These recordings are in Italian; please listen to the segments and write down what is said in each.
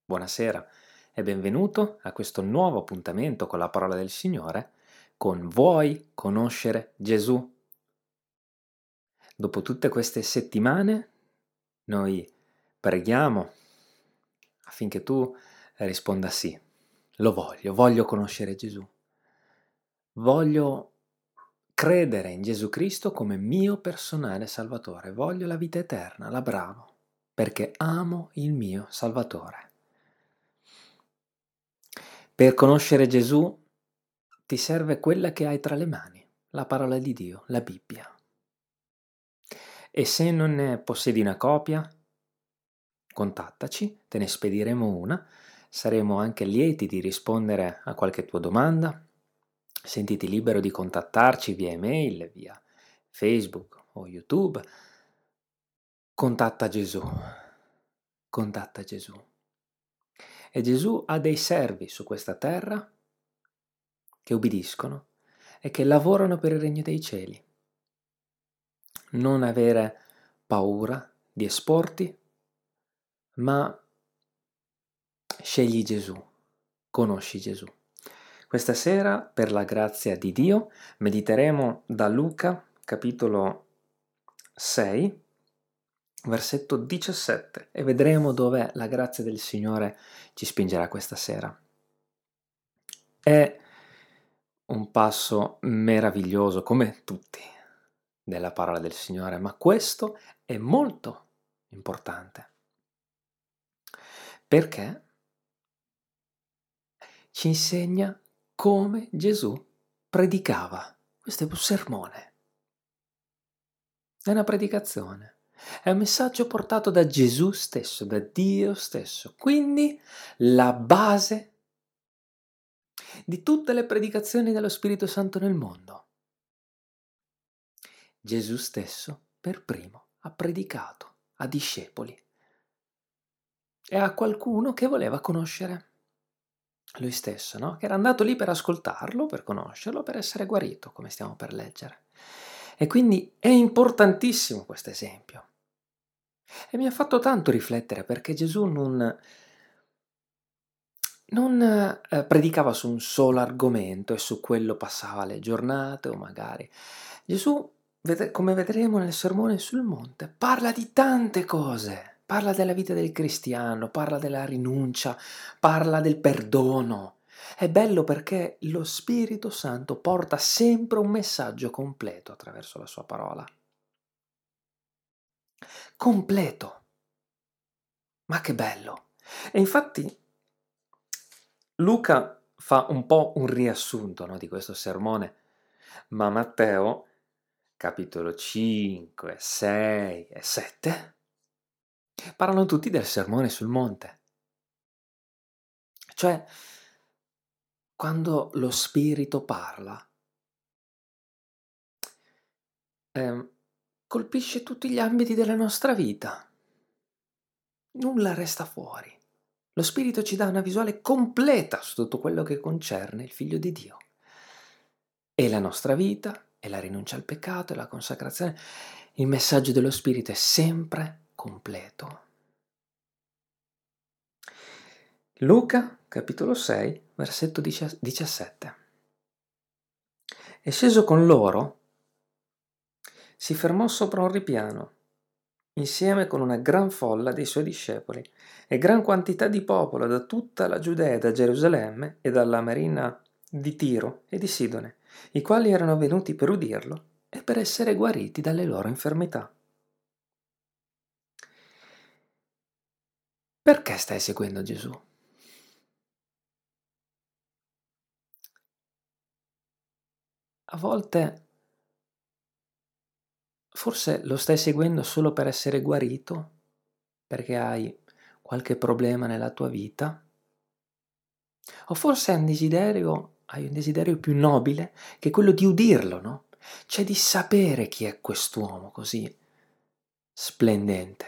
Buonasera e benvenuto a questo nuovo appuntamento con la parola del Signore con Vuoi conoscere Gesù? Dopo tutte queste settimane noi preghiamo affinché tu risponda sì. Lo voglio conoscere Gesù. Voglio credere in Gesù Cristo come mio personale Salvatore. Voglio la vita eterna, la bravo, perché amo il mio Salvatore. Per conoscere Gesù ti serve quella che hai tra le mani, la parola di Dio, la Bibbia. E se non ne possiedi una copia, contattaci, te ne spediremo una, saremo anche lieti di rispondere a qualche tua domanda. Sentiti libero di contattarci via email, via Facebook o YouTube. Contatta Gesù, contatta Gesù. E Gesù ha dei servi su questa terra che ubbidiscono e che lavorano per il regno dei cieli. Non avere paura di esporti, ma scegli Gesù, conosci Gesù. Questa sera, per la grazia di Dio, mediteremo da Luca, capitolo 6, versetto 17, e vedremo dove la grazia del Signore ci spingerà questa sera. È un passo meraviglioso, come tutti, della parola del Signore, ma questo è molto importante. Perché ci insegna come Gesù predicava. Questo è un sermone, è una predicazione, è un messaggio portato da Gesù stesso, da Dio stesso. Quindi la base di tutte le predicazioni dello Spirito Santo nel mondo. Gesù stesso per primo ha predicato a discepoli e a qualcuno che voleva conoscere lui stesso, no? Che era andato lì per ascoltarlo, per conoscerlo, per essere guarito, come stiamo per leggere. E quindi è importantissimo questo esempio. E mi ha fatto tanto riflettere perché Gesù non predicava su un solo argomento e su quello passava le giornate o magari. Gesù, come vedremo nel Sermone sul Monte, parla di tante cose. Parla della vita del cristiano, parla della rinuncia, parla del perdono. È bello perché lo Spirito Santo porta sempre un messaggio completo attraverso la sua parola. Completo. Ma che bello! E infatti Luca fa un po' un riassunto, no, di questo sermone, ma Matteo, capitolo 5, 6 e 7, parlano tutti del sermone sul monte. Cioè, quando lo Spirito parla, colpisce tutti gli ambiti della nostra vita. Nulla resta fuori. Lo Spirito ci dà una visuale completa su tutto quello che concerne il Figlio di Dio. E la nostra vita, e la rinuncia al peccato, e la consacrazione. Il messaggio dello Spirito è sempre completo. Luca, capitolo 6, versetto 17. E sceso con loro, si fermò sopra un ripiano, insieme con una gran folla dei suoi discepoli e gran quantità di popolo da tutta la Giudea e da Gerusalemme e dalla marina di Tiro e di Sidone, i quali erano venuti per udirlo e per essere guariti dalle loro infermità. Perché stai seguendo Gesù? A volte forse lo stai seguendo solo per essere guarito, perché hai qualche problema nella tua vita, o forse hai un desiderio più nobile che è quello di udirlo, no? Cioè di sapere chi è quest'uomo così splendente,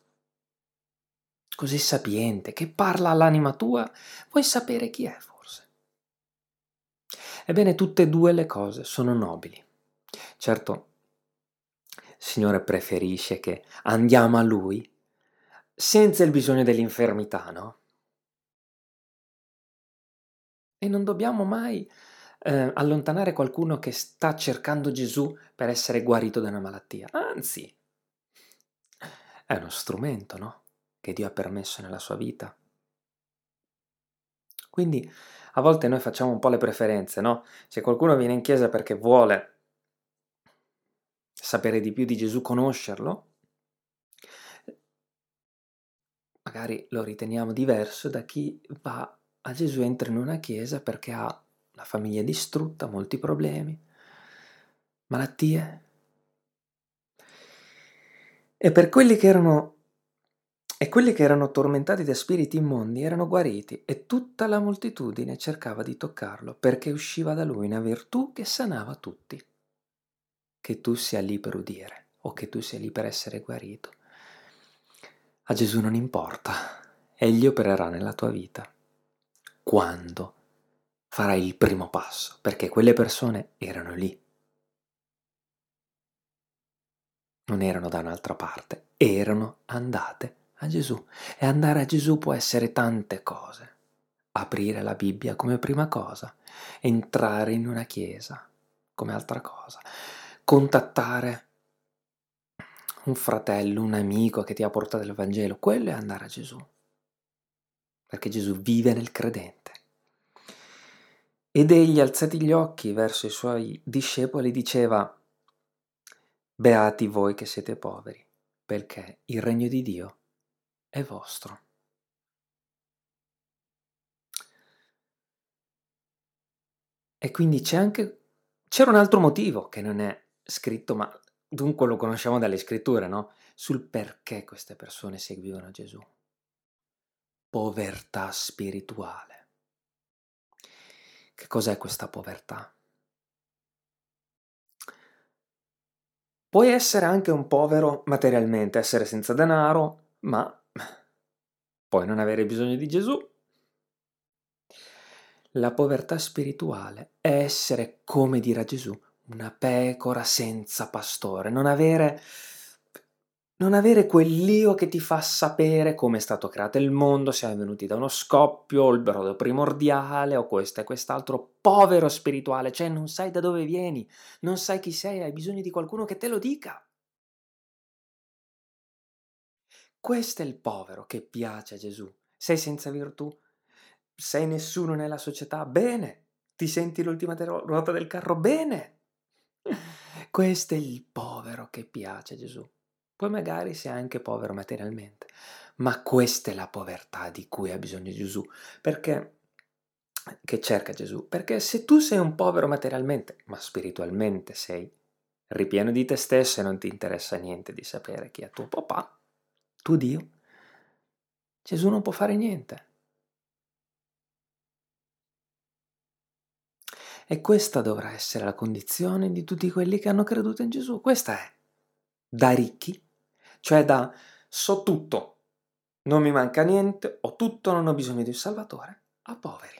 così sapiente, che parla all'anima tua, vuoi sapere chi è forse? Ebbene, tutte e due le cose sono nobili. Certo, il Signore preferisce che andiamo a Lui senza il bisogno dell'infermità, no? E non dobbiamo mai allontanare qualcuno che sta cercando Gesù per essere guarito da una malattia. Anzi, è uno strumento, no? Che Dio ha permesso nella sua vita. Quindi a volte noi facciamo un po' le preferenze, no? Se qualcuno viene in chiesa perché vuole sapere di più di Gesù, conoscerlo, magari lo riteniamo diverso da chi va a Gesù, entra in una chiesa perché ha la famiglia distrutta, molti problemi, malattie. E per quelli che erano tormentati da spiriti immondi erano guariti, e tutta la moltitudine cercava di toccarlo, perché usciva da lui una virtù che sanava tutti. Che tu sia lì per udire o che tu sia lì per essere guarito. A Gesù non importa, egli opererà nella tua vita quando farai il primo passo, perché quelle persone erano lì, non erano da un'altra parte, erano andate a Gesù. E andare a Gesù può essere tante cose. Aprire la Bibbia come prima cosa, entrare in una chiesa come altra cosa, contattare un fratello, un amico che ti ha portato il Vangelo, quello è andare a Gesù, perché Gesù vive nel credente. Ed egli, alzati gli occhi verso i suoi discepoli, diceva: beati voi che siete poveri, perché il regno di Dio è vostro. E quindi c'era un altro motivo che non è scritto, ma dunque lo conosciamo dalle scritture, no? Sul perché queste persone seguivano Gesù. Povertà spirituale. Che cos'è questa povertà? Puoi essere anche un povero materialmente, essere senza denaro, ma puoi non avere bisogno di Gesù. La povertà spirituale è essere, come dirà Gesù, una pecora senza pastore, non avere quell'io che ti fa sapere come è stato creato il mondo, siamo venuti da uno scoppio, il brodo primordiale o questo e quest'altro, povero spirituale, cioè non sai da dove vieni, non sai chi sei, hai bisogno di qualcuno che te lo dica. Questo è il povero che piace a Gesù. Sei senza virtù? Sei nessuno nella società? Bene. Ti senti l'ultima ruota del carro? Bene. Questo è il povero che piace a Gesù. Poi magari sei anche povero materialmente, ma questa è la povertà di cui ha bisogno Gesù, perché che cerca Gesù, perché se tu sei un povero materialmente, ma spiritualmente sei ripieno di te stesso e non ti interessa niente di sapere chi è tuo papà, tu Dio, Gesù non può fare niente. E questa dovrà essere la condizione di tutti quelli che hanno creduto in Gesù. Questa è da ricchi, cioè da so tutto, non mi manca niente, ho tutto, non ho bisogno di un Salvatore, a poveri.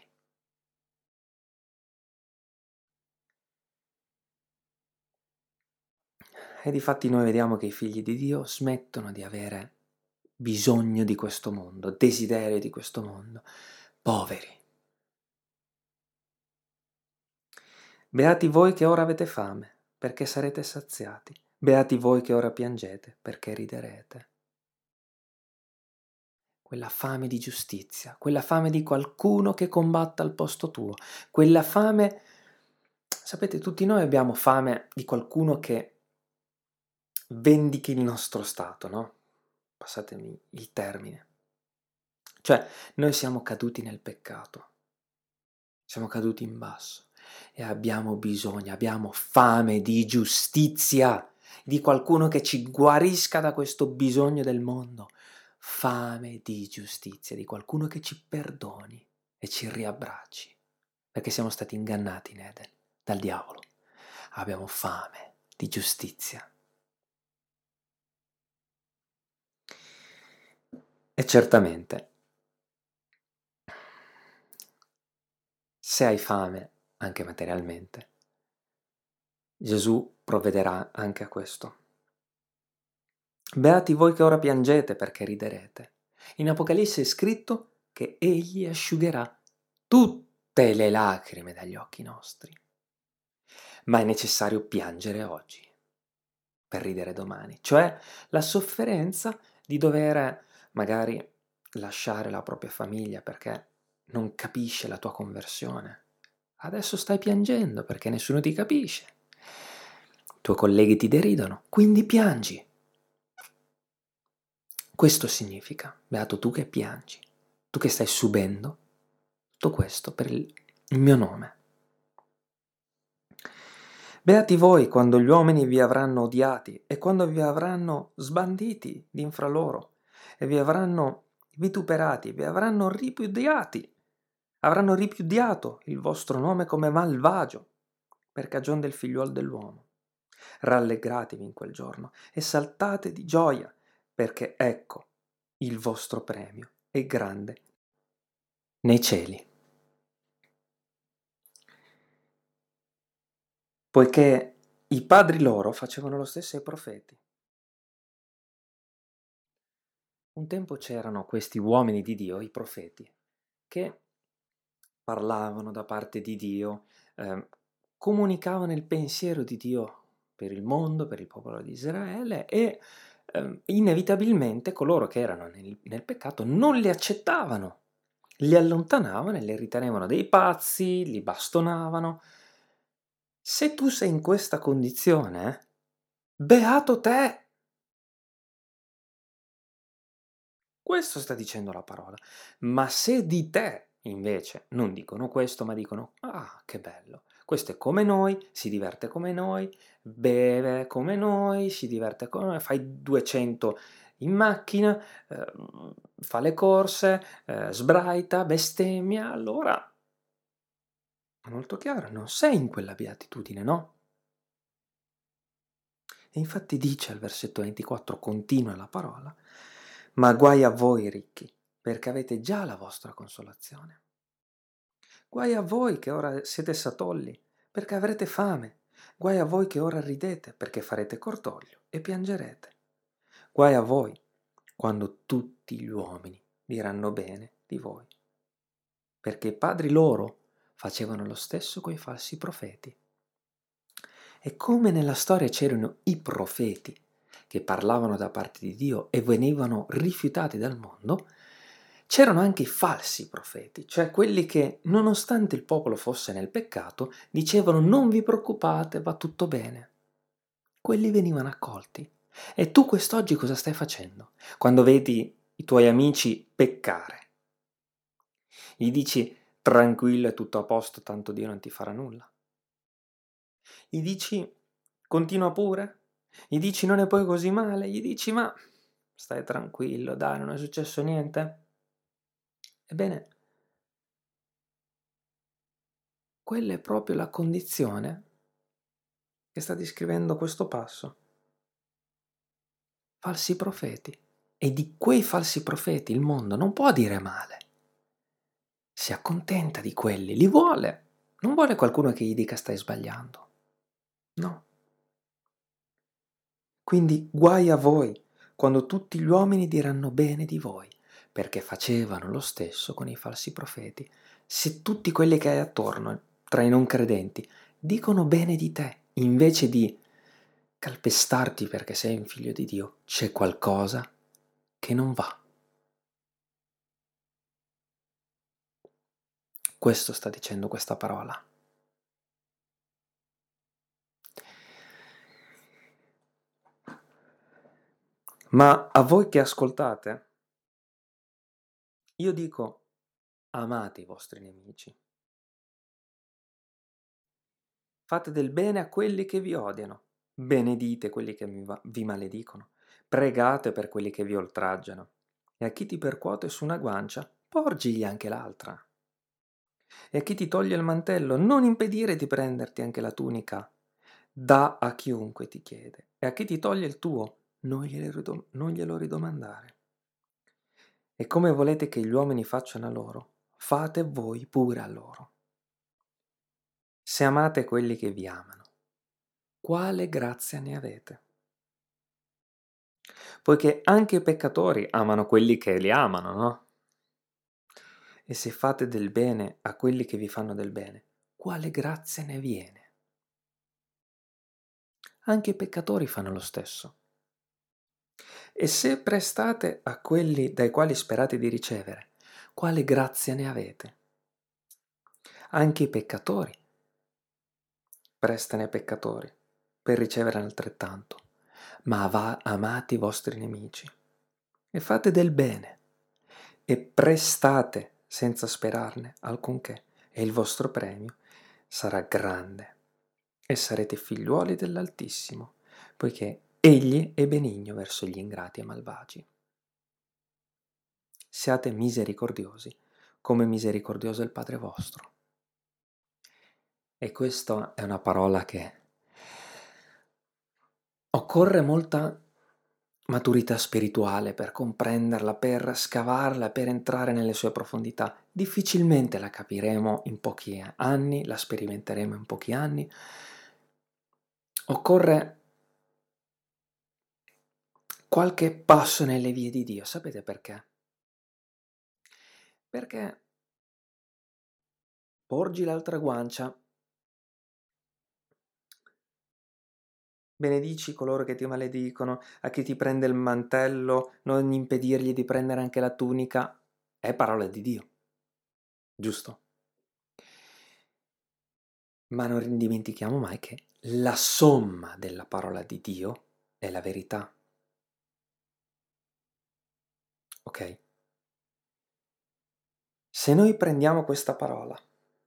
E difatti noi vediamo che i figli di Dio smettono di avere bisogno di questo mondo, desiderio di questo mondo, poveri. Beati voi che ora avete fame, perché sarete saziati. Beati voi che ora piangete, perché riderete. Quella fame di giustizia, quella fame di qualcuno che combatta al posto tuo, quella fame, sapete, tutti noi abbiamo fame di qualcuno che vendichi il nostro stato, no? Passatemi il termine. Cioè, noi siamo caduti nel peccato, siamo caduti in basso e abbiamo fame di giustizia, di qualcuno che ci guarisca da questo bisogno del mondo. Fame di giustizia, di qualcuno che ci perdoni e ci riabbracci, perché siamo stati ingannati in Eden dal diavolo. Abbiamo fame di giustizia. E certamente, se hai fame, anche materialmente, Gesù provvederà anche a questo. Beati voi che ora piangete perché riderete. In Apocalisse è scritto che egli asciugherà tutte tutte le lacrime dagli occhi nostri, ma è necessario piangere oggi per ridere domani, cioè la sofferenza di dover magari lasciare la propria famiglia perché non capisce la tua conversione. Adesso stai piangendo perché nessuno ti capisce. I tuoi colleghi ti deridono, quindi piangi. Questo significa, beato tu che piangi, tu che stai subendo tutto questo per il mio nome. Beati voi quando gli uomini vi avranno odiati e quando vi avranno sbanditi d'infra loro e vi avranno vituperati, vi avranno ripudiati, avranno ripudiato il vostro nome come malvagio per cagion del figliuol dell'uomo. Rallegratevi in quel giorno e saltate di gioia, perché ecco il vostro premio è grande nei cieli. Poiché i padri loro facevano lo stesso ai profeti. Un tempo c'erano questi uomini di Dio, i profeti, che parlavano da parte di Dio, comunicavano il pensiero di Dio per il mondo, per il popolo di Israele e inevitabilmente coloro che erano nel peccato non li accettavano, li allontanavano e li ritenevano dei pazzi, li bastonavano. Se tu sei in questa condizione, beato te! Questo sta dicendo la parola. Ma se di te, invece, non dicono questo, ma dicono, ah, che bello, questo è come noi, si diverte come noi, beve come noi, si diverte come noi, fai 200 in macchina, fa le corse, sbraita, bestemmia, allora è molto chiaro, non sei in quella beatitudine, no? E infatti dice al versetto 24, continua la parola, ma guai a voi ricchi, perché avete già la vostra consolazione. Guai a voi che ora siete satolli, perché avrete fame. Guai a voi che ora ridete, perché farete cordoglio e piangerete. Guai a voi quando tutti gli uomini diranno bene di voi, perché i padri loro facevano lo stesso coi falsi profeti. E come nella storia c'erano i profeti che parlavano da parte di Dio e venivano rifiutati dal mondo, c'erano anche i falsi profeti, cioè quelli che, nonostante il popolo fosse nel peccato, dicevano non vi preoccupate, va tutto bene. Quelli venivano accolti. E tu quest'oggi cosa stai facendo? Quando vedi i tuoi amici peccare, gli dici tranquillo, è tutto a posto, tanto Dio non ti farà nulla. Gli dici continua pure? Gli dici non è poi così male? Gli dici ma stai tranquillo, dai, non è successo niente? Ebbene, quella è proprio la condizione che sta descrivendo questo passo. Falsi profeti. E di quei falsi profeti il mondo non può dire male. Si accontenta di quelli, li vuole. Non vuole qualcuno che gli dica stai sbagliando. No. Quindi guai a voi quando tutti gli uomini diranno bene di voi, perché facevano lo stesso con i falsi profeti. Se tutti quelli che hai attorno, tra i non credenti, dicono bene di te, invece di calpestarti perché sei un figlio di Dio, c'è qualcosa che non va. Questo sta dicendo questa parola. Ma a voi che ascoltate, io dico, amate i vostri nemici. Fate del bene a quelli che vi odiano, benedite quelli che vi maledicono, pregate per quelli che vi oltraggiano, e a chi ti percuote su una guancia, porgigli anche l'altra. E a chi ti toglie il mantello, non impedire di prenderti anche la tunica. Dà a chiunque ti chiede, e a chi ti toglie il tuo, non glielo ridomandare. E come volete che gli uomini facciano a loro, fate voi pure a loro. Se amate quelli che vi amano, quale grazia ne avete? Poiché anche i peccatori amano quelli che li amano, no? E se fate del bene a quelli che vi fanno del bene, quale grazia ne viene? Anche i peccatori fanno lo stesso. E se prestate a quelli dai quali sperate di ricevere, quale grazia ne avete? Anche i peccatori prestano ai peccatori per ricevere altrettanto, ma amate i vostri nemici e fate del bene e prestate senza sperarne alcunché, e il vostro premio sarà grande e sarete figliuoli dell'Altissimo, poiché Egli è benigno verso gli ingrati e malvagi. Siate misericordiosi, come misericordioso è il Padre vostro. E questa è una parola che occorre molta maturità spirituale per comprenderla, per scavarla, per entrare nelle sue profondità. Difficilmente la capiremo in pochi anni, la sperimenteremo in pochi anni. Occorre qualche passo nelle vie di Dio. Sapete perché? Perché porgi l'altra guancia, benedici coloro che ti maledicono, a chi ti prende il mantello, non impedirgli di prendere anche la tunica. È parola di Dio, giusto? Ma non dimentichiamo mai che la somma della parola di Dio è la verità. Ok? Se noi prendiamo questa parola,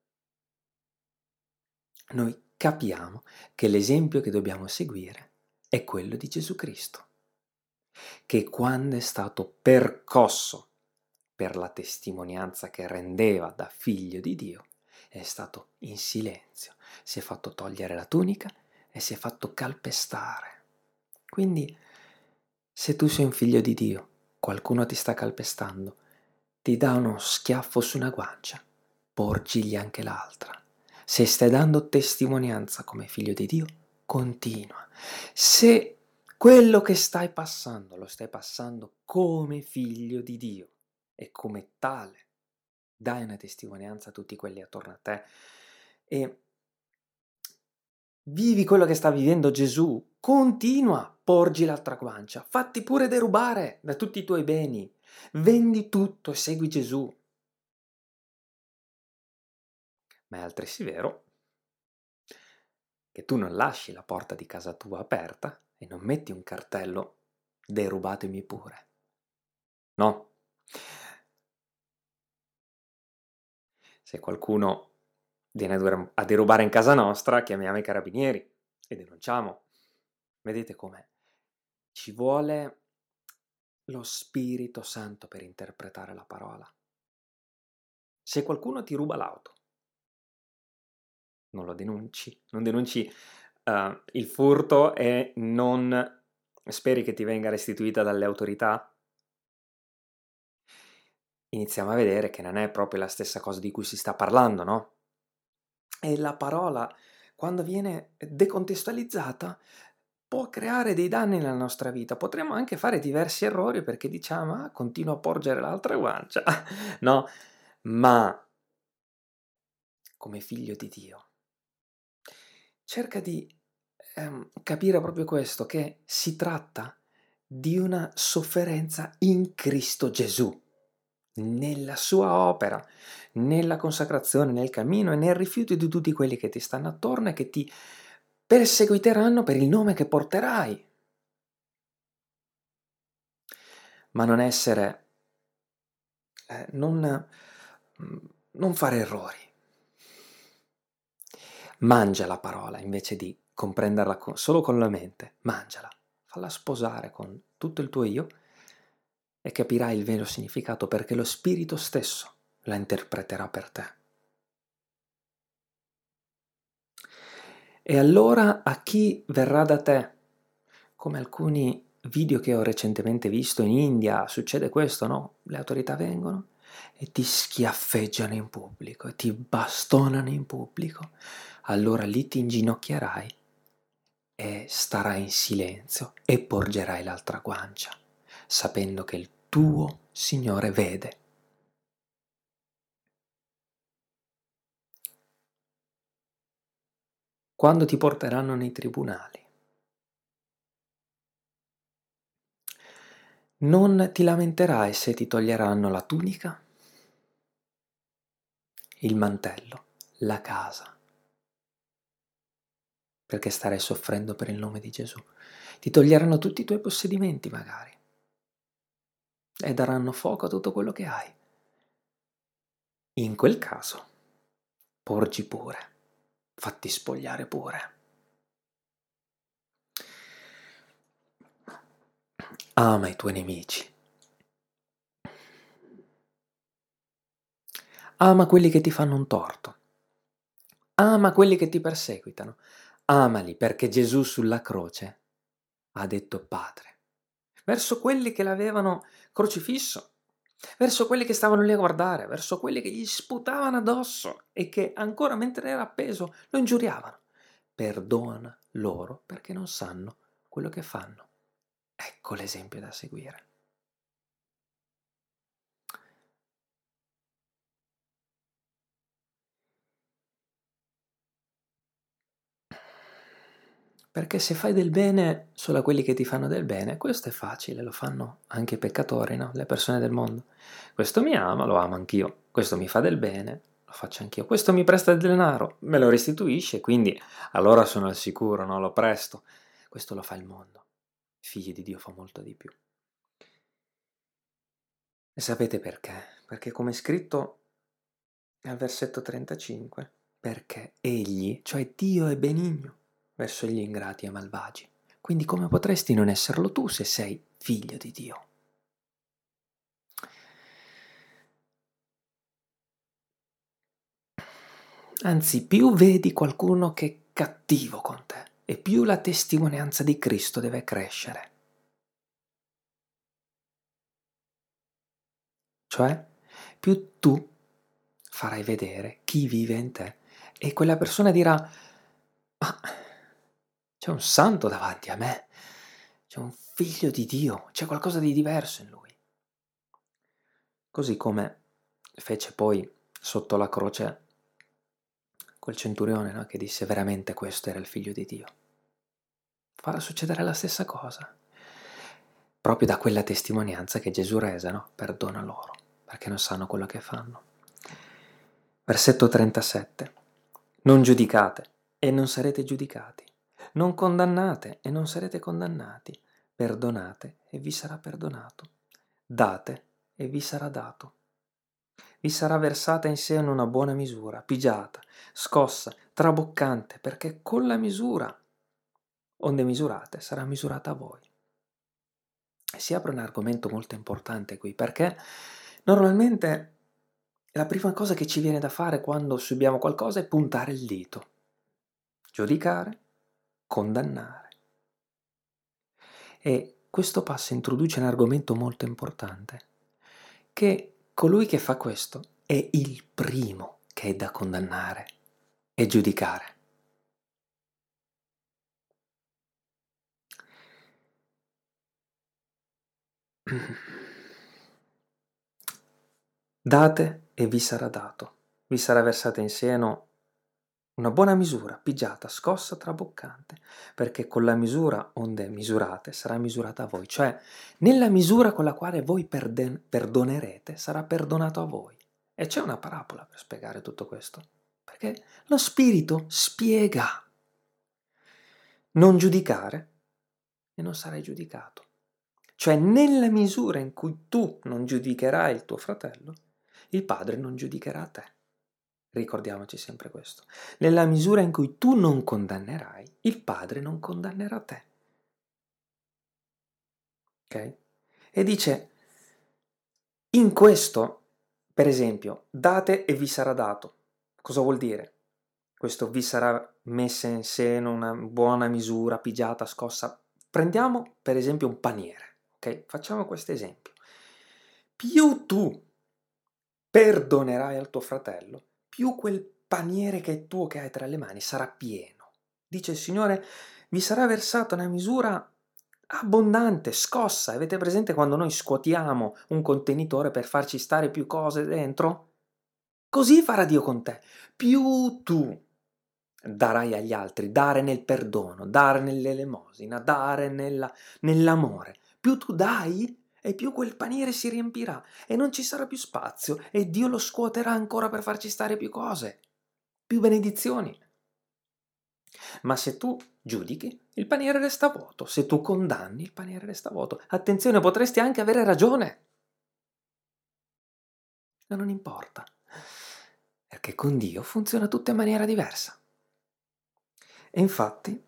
noi capiamo che l'esempio che dobbiamo seguire è quello di Gesù Cristo, che quando è stato percosso per la testimonianza che rendeva da figlio di Dio, è stato in silenzio, si è fatto togliere la tunica e si è fatto calpestare. Quindi, se tu sei un figlio di Dio, qualcuno ti sta calpestando, ti dà uno schiaffo su una guancia, porgigli anche l'altra. Se stai dando testimonianza come figlio di Dio, continua. Se quello che stai passando lo stai passando come figlio di Dio e come tale dai una testimonianza a tutti quelli attorno a te e vivi quello che sta vivendo Gesù, continua, porgi l'altra guancia, fatti pure derubare da tutti i tuoi beni, vendi tutto e segui Gesù. Ma è altresì vero che tu non lasci la porta di casa tua aperta e non metti un cartello derubatemi pure. No. Se qualcuno viene a derubare in casa nostra, chiamiamo i carabinieri e denunciamo. Vedete com'è? Ci vuole lo Spirito Santo per interpretare la parola. Se qualcuno ti ruba l'auto, non lo denunci, non denunci il furto e non speri che ti venga restituita dalle autorità. Iniziamo a vedere che non è proprio la stessa cosa di cui si sta parlando, no? E la parola, quando viene decontestualizzata, può creare dei danni nella nostra vita. Potremmo anche fare diversi errori perché diciamo, continuo a porgere l'altra guancia, no? Ma come figlio di Dio, cerca di capire proprio questo, che si tratta di una sofferenza in Cristo Gesù, nella sua opera, nella consacrazione, nel cammino e nel rifiuto di tutti quelli che ti stanno attorno e che ti perseguiteranno per il nome che porterai. Ma non essere, non fare errori. Mangia la parola invece di comprenderla solo con la mente, mangiala, falla sposare con tutto il tuo io e capirai il vero significato perché lo Spirito stesso la interpreterà per te. E allora a chi verrà da te? Come alcuni video che ho recentemente visto in India, succede questo, no? Le autorità vengono e ti schiaffeggiano in pubblico, e ti bastonano in pubblico. Allora lì ti inginocchierai e starai in silenzio e porgerai l'altra guancia, sapendo che il tuo Signore vede. quando ti porteranno nei tribunali. Non ti lamenterai se ti toglieranno la tunica, il mantello, la casa, perché starai soffrendo per il nome di Gesù. Ti toglieranno tutti i tuoi possedimenti magari e daranno fuoco a tutto quello che hai. In quel caso, porgi pure, fatti spogliare pure. Ama i tuoi nemici. Ama quelli che ti fanno un torto. Ama quelli che ti perseguitano. Amali perché Gesù sulla croce ha detto Padre. Verso quelli che l'avevano crocifisso, verso quelli che stavano lì a guardare, verso quelli che gli sputavano addosso e che ancora mentre era appeso lo ingiuriavano. Perdona loro perché non sanno quello che fanno. Ecco l'esempio da seguire. Perché se fai del bene solo a quelli che ti fanno del bene, questo è facile, lo fanno anche i peccatori, no? Le persone del mondo. Questo mi ama, lo amo anch'io. Questo mi fa del bene, lo faccio anch'io. Questo mi presta del denaro, me lo restituisce, quindi allora sono al sicuro, no? Lo presto. Questo lo fa il mondo. Figli di Dio fa molto di più. E sapete perché? Perché come è scritto al versetto 35, perché egli, cioè Dio, è benigno verso gli ingrati e malvagi. Quindi come potresti non esserlo tu se sei figlio di Dio? Anzi, più vedi qualcuno che è cattivo con te, e più la testimonianza di Cristo deve crescere. Cioè, più tu farai vedere chi vive in te e quella persona dirà, ma c'è un santo davanti a me, c'è un figlio di Dio, c'è qualcosa di diverso in lui. Così come fece poi sotto la croce quel centurione, no, che disse veramente questo era il figlio di Dio. Farà succedere la stessa cosa. Proprio da quella testimonianza che Gesù rese, no? Perdona loro, perché non sanno quello che fanno. Versetto 37. Non giudicate e non sarete giudicati. Non condannate e non sarete condannati. Perdonate e vi sarà perdonato. Date e vi sarà dato. Vi sarà versata in seno una buona misura, pigiata, scossa, traboccante, perché con la misura onde misurate sarà misurata a voi. E si apre un argomento molto importante qui, perché normalmente la prima cosa che ci viene da fare quando subiamo qualcosa è puntare il dito, giudicare, condannare. E questo passo introduce un argomento molto importante, che colui che fa questo è il primo che è da condannare e giudicare. Date e vi sarà dato, vi sarà versata in seno una buona misura, pigiata, scossa, traboccante, perché con la misura onde misurate sarà misurata a voi, cioè nella misura con la quale voi perdonerete sarà perdonato a voi. E c'è una parabola per spiegare tutto questo, perché lo Spirito spiega non giudicare e non sarai giudicato. Cioè nella misura in cui tu non giudicherai il tuo fratello, il Padre non giudicherà te. Ricordiamoci sempre questo. Nella misura in cui tu non condannerai, il Padre non condannerà te. Ok? E dice, in questo, per esempio, date e vi sarà dato. Cosa vuol dire? Questo vi sarà messa in seno una buona misura, pigiata, scossa. Prendiamo per esempio un paniere, ok? Facciamo questo esempio. Più tu perdonerai al tuo fratello, più quel paniere che è tuo, che hai tra le mani, sarà pieno. Dice il Signore, vi sarà versata una misura abbondante, scossa. Avete presente quando noi scuotiamo un contenitore per farci stare più cose dentro? Così farà Dio con te. Più tu darai agli altri, dare nel perdono, dare nell'elemosina, dare nell'amore. Più tu dai e più quel paniere si riempirà e non ci sarà più spazio e Dio lo scuoterà ancora per farci stare più cose, più benedizioni. Ma se tu giudichi, il paniere resta vuoto. Se tu condanni, il paniere resta vuoto. Attenzione, potresti anche avere ragione. Ma non importa, perché con Dio funziona tutto in maniera diversa. E infatti,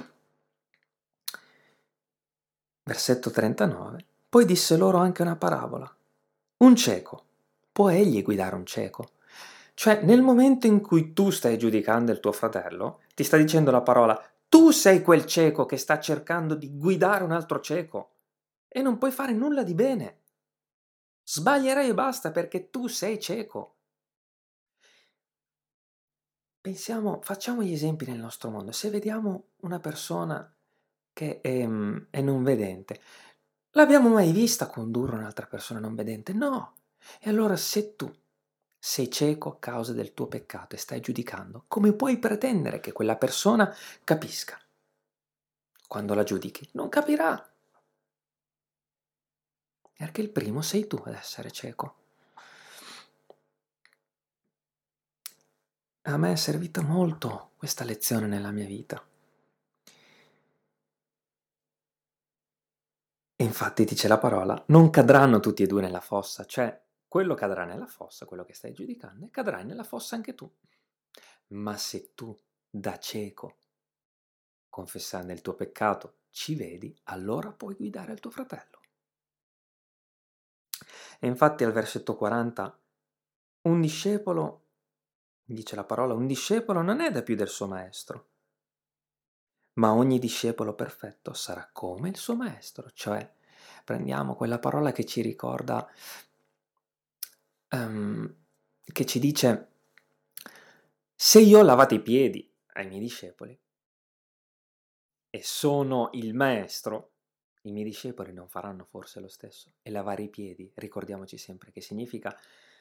versetto 39, poi disse loro anche una parabola. Un cieco, può egli guidare un cieco? Cioè, nel momento in cui tu stai giudicando il tuo fratello, ti sta dicendo la parola, tu sei quel cieco che sta cercando di guidare un altro cieco e non puoi fare nulla di bene. Sbaglierai e basta perché tu sei cieco. Pensiamo, facciamo gli esempi nel nostro mondo. Se vediamo una persona che è non vedente, l'abbiamo mai vista condurre un'altra persona non vedente? No. E allora se tu sei cieco a causa del tuo peccato e stai giudicando, come puoi pretendere che quella persona capisca? Quando la giudichi, non capirà. Perché il primo sei tu ad essere cieco. A me è servita molto questa lezione nella mia vita. E infatti dice la parola, non cadranno tutti e due nella fossa, cioè quello cadrà nella fossa, quello che stai giudicando, e cadrai nella fossa anche tu. Ma se tu, da cieco, confessando il tuo peccato, ci vedi, allora puoi guidare il tuo fratello. E infatti al versetto 40, un discepolo, dice la parola, un discepolo non è da più del suo maestro, ma ogni discepolo perfetto sarà come il suo maestro, cioè prendiamo quella parola che ci ricorda, che ci dice, se io ho lavato i piedi ai miei discepoli e sono il maestro, i miei discepoli non faranno forse lo stesso. E lavare i piedi, ricordiamoci sempre che significa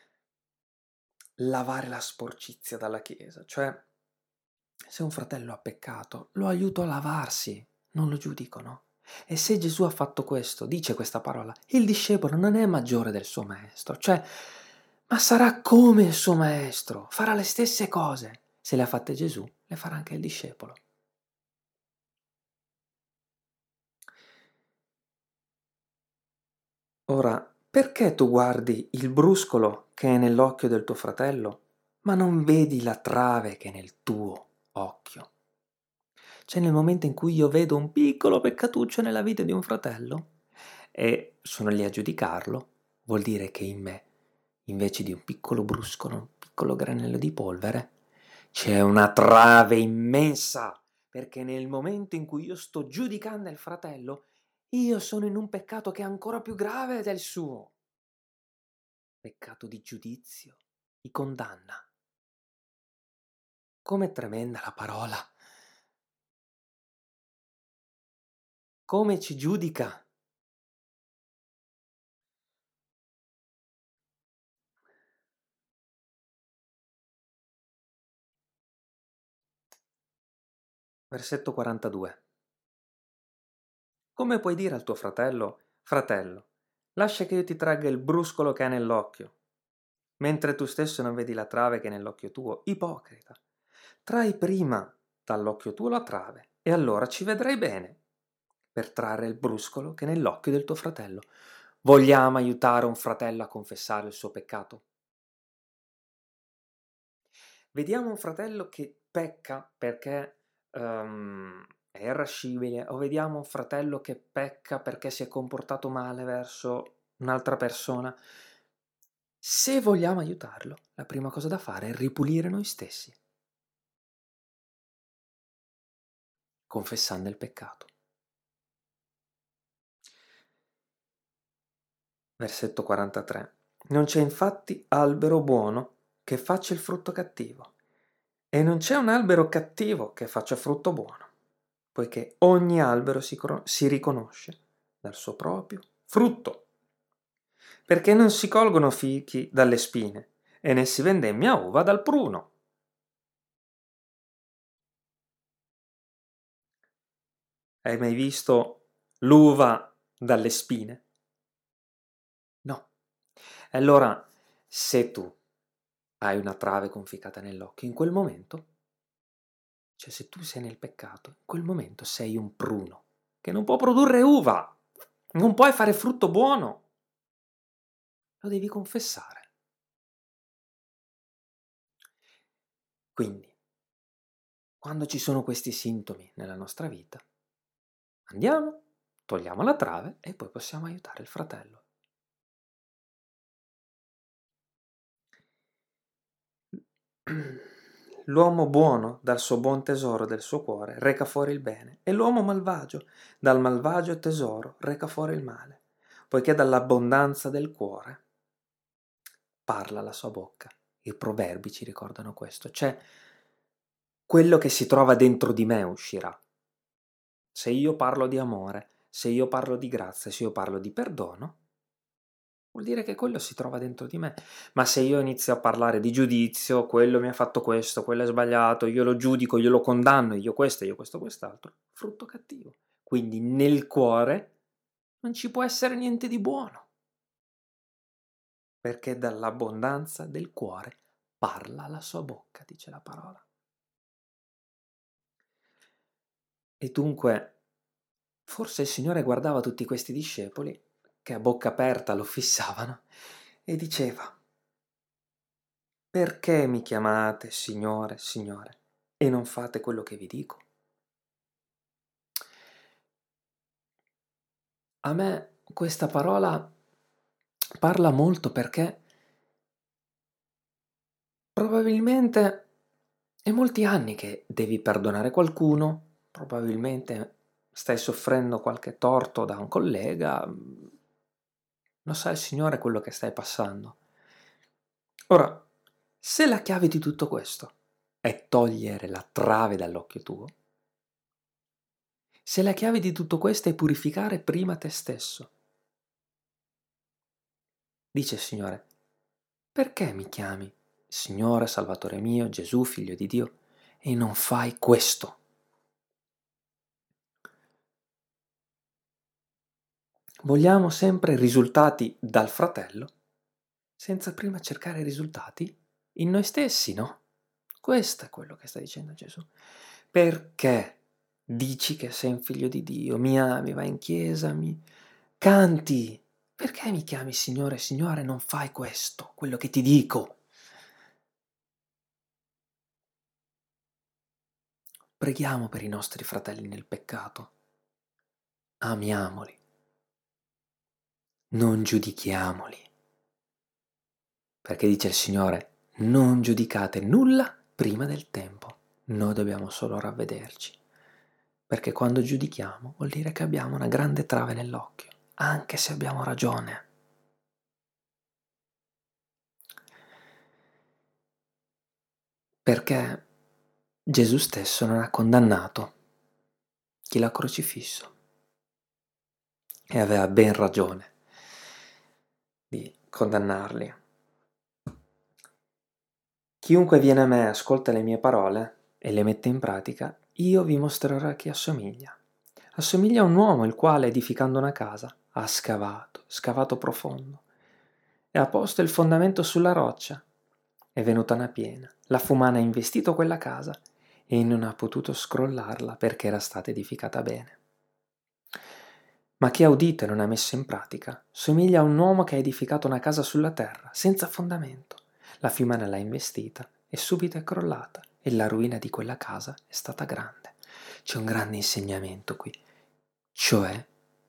lavare la sporcizia dalla Chiesa, cioè se un fratello ha peccato, lo aiuto a lavarsi, non lo giudico, no? E se Gesù ha fatto questo, dice questa parola, il discepolo non è maggiore del suo maestro, cioè, ma sarà come il suo maestro, farà le stesse cose. Se le ha fatte Gesù, le farà anche il discepolo. Ora, perché tu guardi il bruscolo che è nell'occhio del tuo fratello, ma non vedi la trave che è nel tuo occhio? Cioè nel momento in cui io vedo un piccolo peccatuccio nella vita di un fratello e sono lì a giudicarlo, vuol dire che in me, invece di un piccolo bruscolo, un piccolo granello di polvere, c'è una trave immensa, perché nel momento in cui io sto giudicando il fratello, io sono in un peccato che è ancora più grave del suo. Peccato di giudizio, di condanna. Com'è tremenda la parola! Come ci giudica! Versetto 42. Come puoi dire al tuo fratello, fratello, lascia che io ti tragga il bruscolo che ha nell'occhio, mentre tu stesso non vedi la trave che è nell'occhio tuo? Ipocrita. Trai prima dall'occhio tuo la trave e allora ci vedrai bene per trarre il bruscolo che è nell'occhio del tuo fratello. Vogliamo aiutare un fratello a confessare il suo peccato? Vediamo un fratello che pecca perché è irascibile, o vediamo un fratello che pecca perché si è comportato male verso un'altra persona. Se vogliamo aiutarlo, la prima cosa da fare è ripulire noi stessi, confessando il peccato. Versetto 43. Non c'è infatti albero buono che faccia il frutto cattivo, e non c'è un albero cattivo che faccia frutto buono, poiché ogni albero si riconosce dal suo proprio frutto. Perché non si colgono fichi dalle spine, e né si vendemmia uva dal pruno. Hai mai visto l'uva dalle spine? No. E allora, se tu hai una trave conficcata nell'occhio, in quel momento, cioè se tu sei nel peccato, in quel momento sei un pruno che non può produrre uva, non puoi fare frutto buono, lo devi confessare. Quindi, quando ci sono questi sintomi nella nostra vita, andiamo, togliamo la trave e poi possiamo aiutare il fratello. L'uomo buono dal suo buon tesoro del suo cuore reca fuori il bene, e l'uomo malvagio dal malvagio tesoro reca fuori il male, poiché dall'abbondanza del cuore parla la sua bocca. I proverbi ci ricordano questo, cioè quello che si trova dentro di me uscirà. Se io parlo di amore, se io parlo di grazia, se io parlo di perdono, vuol dire che quello si trova dentro di me. Ma se io inizio a parlare di giudizio, quello mi ha fatto questo, quello è sbagliato, io lo giudico, io lo condanno, io questo, quest'altro, frutto cattivo. Quindi nel cuore non ci può essere niente di buono, perché dall'abbondanza del cuore parla la sua bocca, dice la parola. E dunque, forse il Signore guardava tutti questi discepoli che a bocca aperta lo fissavano e diceva: perché mi chiamate Signore, Signore, e non fate quello che vi dico? A me questa parola parla molto perché probabilmente è molti anni che devi perdonare qualcuno, probabilmente stai soffrendo qualche torto da un collega, lo sa il Signore quello che stai passando. Ora, se la chiave di tutto questo è togliere la trave dall'occhio tuo, se la chiave di tutto questo è purificare prima te stesso, dice il Signore, perché mi chiami Signore, Salvatore mio, Gesù, Figlio di Dio, e non fai questo? Vogliamo sempre risultati dal fratello, senza prima cercare risultati in noi stessi, no? Questo è quello che sta dicendo Gesù. Perché dici che sei un figlio di Dio, mi ami, vai in chiesa, mi canti? Perché mi chiami Signore, Signore, e non fai questo, quello che ti dico? Preghiamo per i nostri fratelli nel peccato, amiamoli, non giudichiamoli, perché dice il Signore, non giudicate nulla prima del tempo, noi dobbiamo solo ravvederci, perché quando giudichiamo vuol dire che abbiamo una grande trave nell'occhio, anche se abbiamo ragione. Perché Gesù stesso non ha condannato chi l'ha crocifisso e aveva ben ragione di condannarli. Chiunque viene a me e ascolta le mie parole e le mette in pratica, io vi mostrerò a chi assomiglia. Assomiglia a un uomo il quale, edificando una casa, ha scavato profondo, e ha posto il fondamento sulla roccia. È venuta una piena, la fumana ha investito quella casa e non ha potuto scrollarla perché era stata edificata bene. Ma chi ha udito e non ha messo in pratica somiglia a un uomo che ha edificato una casa sulla terra, senza fondamento. La fiumana l'ha investita e subito è crollata e la ruina di quella casa è stata grande. C'è un grande insegnamento qui, cioè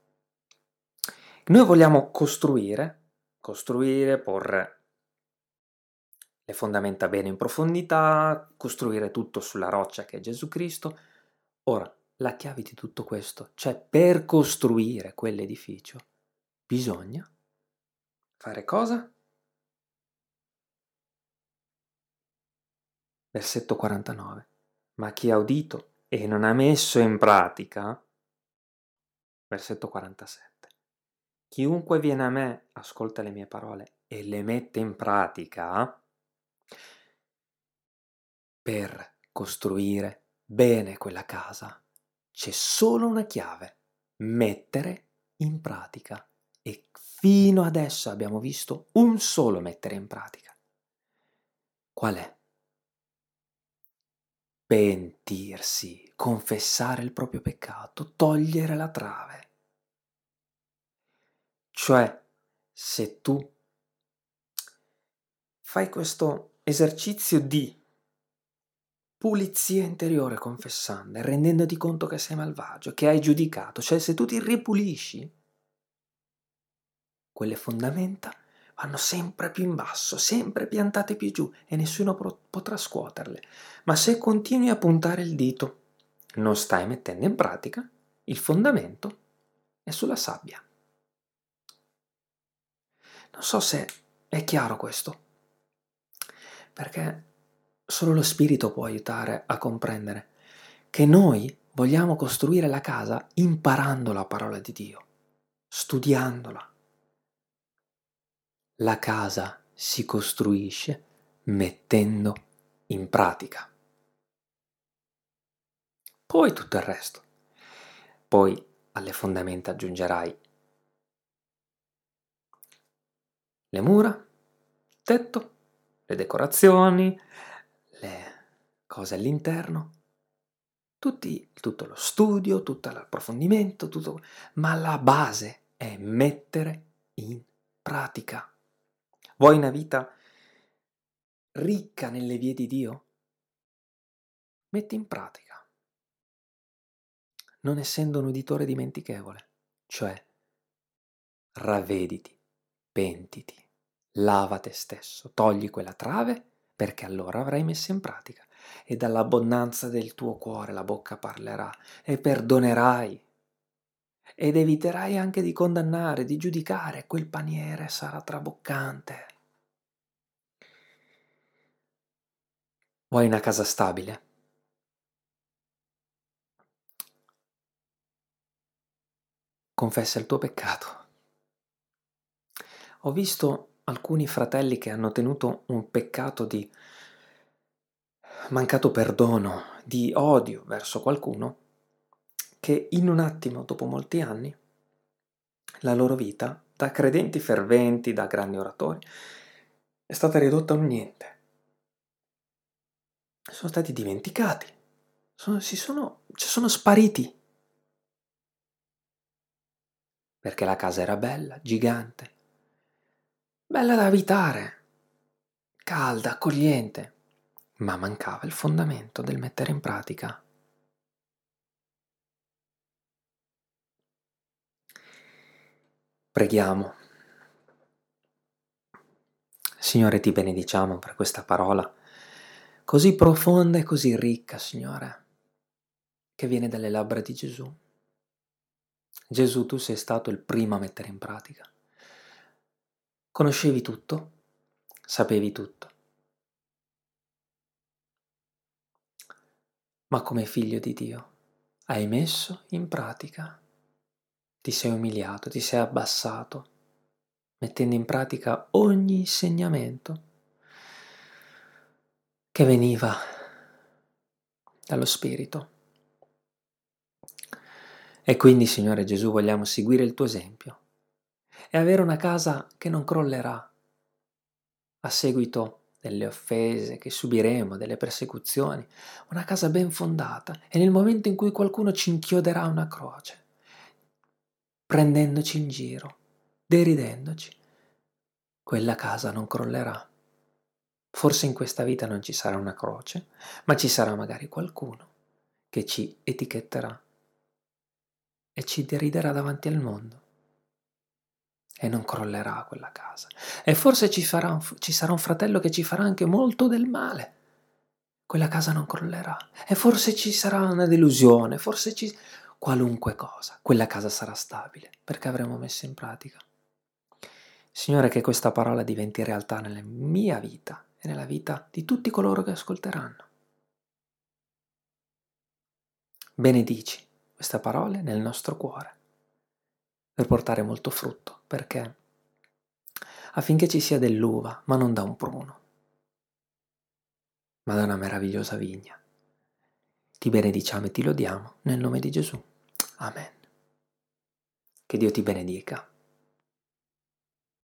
noi vogliamo costruire, porre le fondamenta bene in profondità, costruire tutto sulla roccia che è Gesù Cristo. Ora, la chiave di tutto questo, cioè per costruire quell'edificio, bisogna fare cosa? Versetto 49. Ma chi ha udito e non ha messo in pratica, versetto 47. Chiunque viene a me, ascolta le mie parole e le mette in pratica per costruire bene quella casa, c'è solo una chiave: mettere in pratica. E fino adesso abbiamo visto un solo mettere in pratica. Qual è? Pentirsi, confessare il proprio peccato, togliere la trave. Cioè, se tu fai questo esercizio di pulizia interiore confessando e rendendoti conto che sei malvagio, che hai giudicato, cioè se tu ti ripulisci, quelle fondamenta vanno sempre più in basso, sempre piantate più giù e nessuno potrà scuoterle. Ma se continui a puntare il dito, non stai mettendo in pratica, il fondamento è sulla sabbia. Non so se è chiaro questo, perché solo lo spirito può aiutare a comprendere che noi vogliamo costruire la casa imparando la parola di Dio, studiandola. La casa si costruisce mettendo in pratica. Poi tutto il resto. Poi alle fondamenta aggiungerai le mura, il tetto, le decorazioni, le cose all'interno, tutto lo studio, tutto l'approfondimento, tutto, ma la base è mettere in pratica. Vuoi una vita ricca nelle vie di Dio? Metti in pratica, non essendo un uditore dimentichevole, cioè ravvediti, pentiti, lava te stesso, togli quella trave perché allora avrai messo in pratica e dall'abbondanza del tuo cuore la bocca parlerà e perdonerai ed eviterai anche di condannare, di giudicare, quel paniere sarà traboccante. Vuoi una casa stabile? Confessa il tuo peccato. Ho visto alcuni fratelli che hanno tenuto un peccato di mancato perdono, di odio verso qualcuno, che in un attimo, dopo molti anni, la loro vita, da credenti ferventi, da grandi oratori, è stata ridotta a un niente. Sono stati dimenticati, sono spariti, perché la casa era bella, gigante, bella da abitare, calda, accogliente, ma mancava il fondamento del mettere in pratica. Preghiamo. Signore, ti benediciamo per questa parola così profonda e così ricca, Signore, che viene dalle labbra di Gesù. Gesù, tu sei stato il primo a mettere in pratica. Conoscevi tutto, sapevi tutto, ma come figlio di Dio hai messo in pratica, ti sei umiliato, ti sei abbassato, mettendo in pratica ogni insegnamento che veniva dallo Spirito. E quindi, Signore Gesù, vogliamo seguire il tuo esempio e avere una casa che non crollerà a seguito delle offese che subiremo, delle persecuzioni, una casa ben fondata e nel momento in cui qualcuno ci inchioderà una croce, prendendoci in giro, deridendoci, quella casa non crollerà. Forse in questa vita non ci sarà una croce, ma ci sarà magari qualcuno che ci etichetterà e ci deriderà davanti al mondo. E non crollerà quella casa. E forse ci sarà un fratello che ci farà anche molto del male. Quella casa non crollerà. E forse ci sarà una delusione, qualunque cosa. Quella casa sarà stabile, perché avremo messo in pratica. Signore, che questa parola diventi realtà nella mia vita e nella vita di tutti coloro che ascolteranno. Benedici queste parole nel nostro cuore per portare molto frutto, perché affinché ci sia dell'uva, ma non da un pruno, ma da una meravigliosa vigna, Ti benediciamo e ti lodiamo nel nome di Gesù. Amen. Che Dio ti benedica.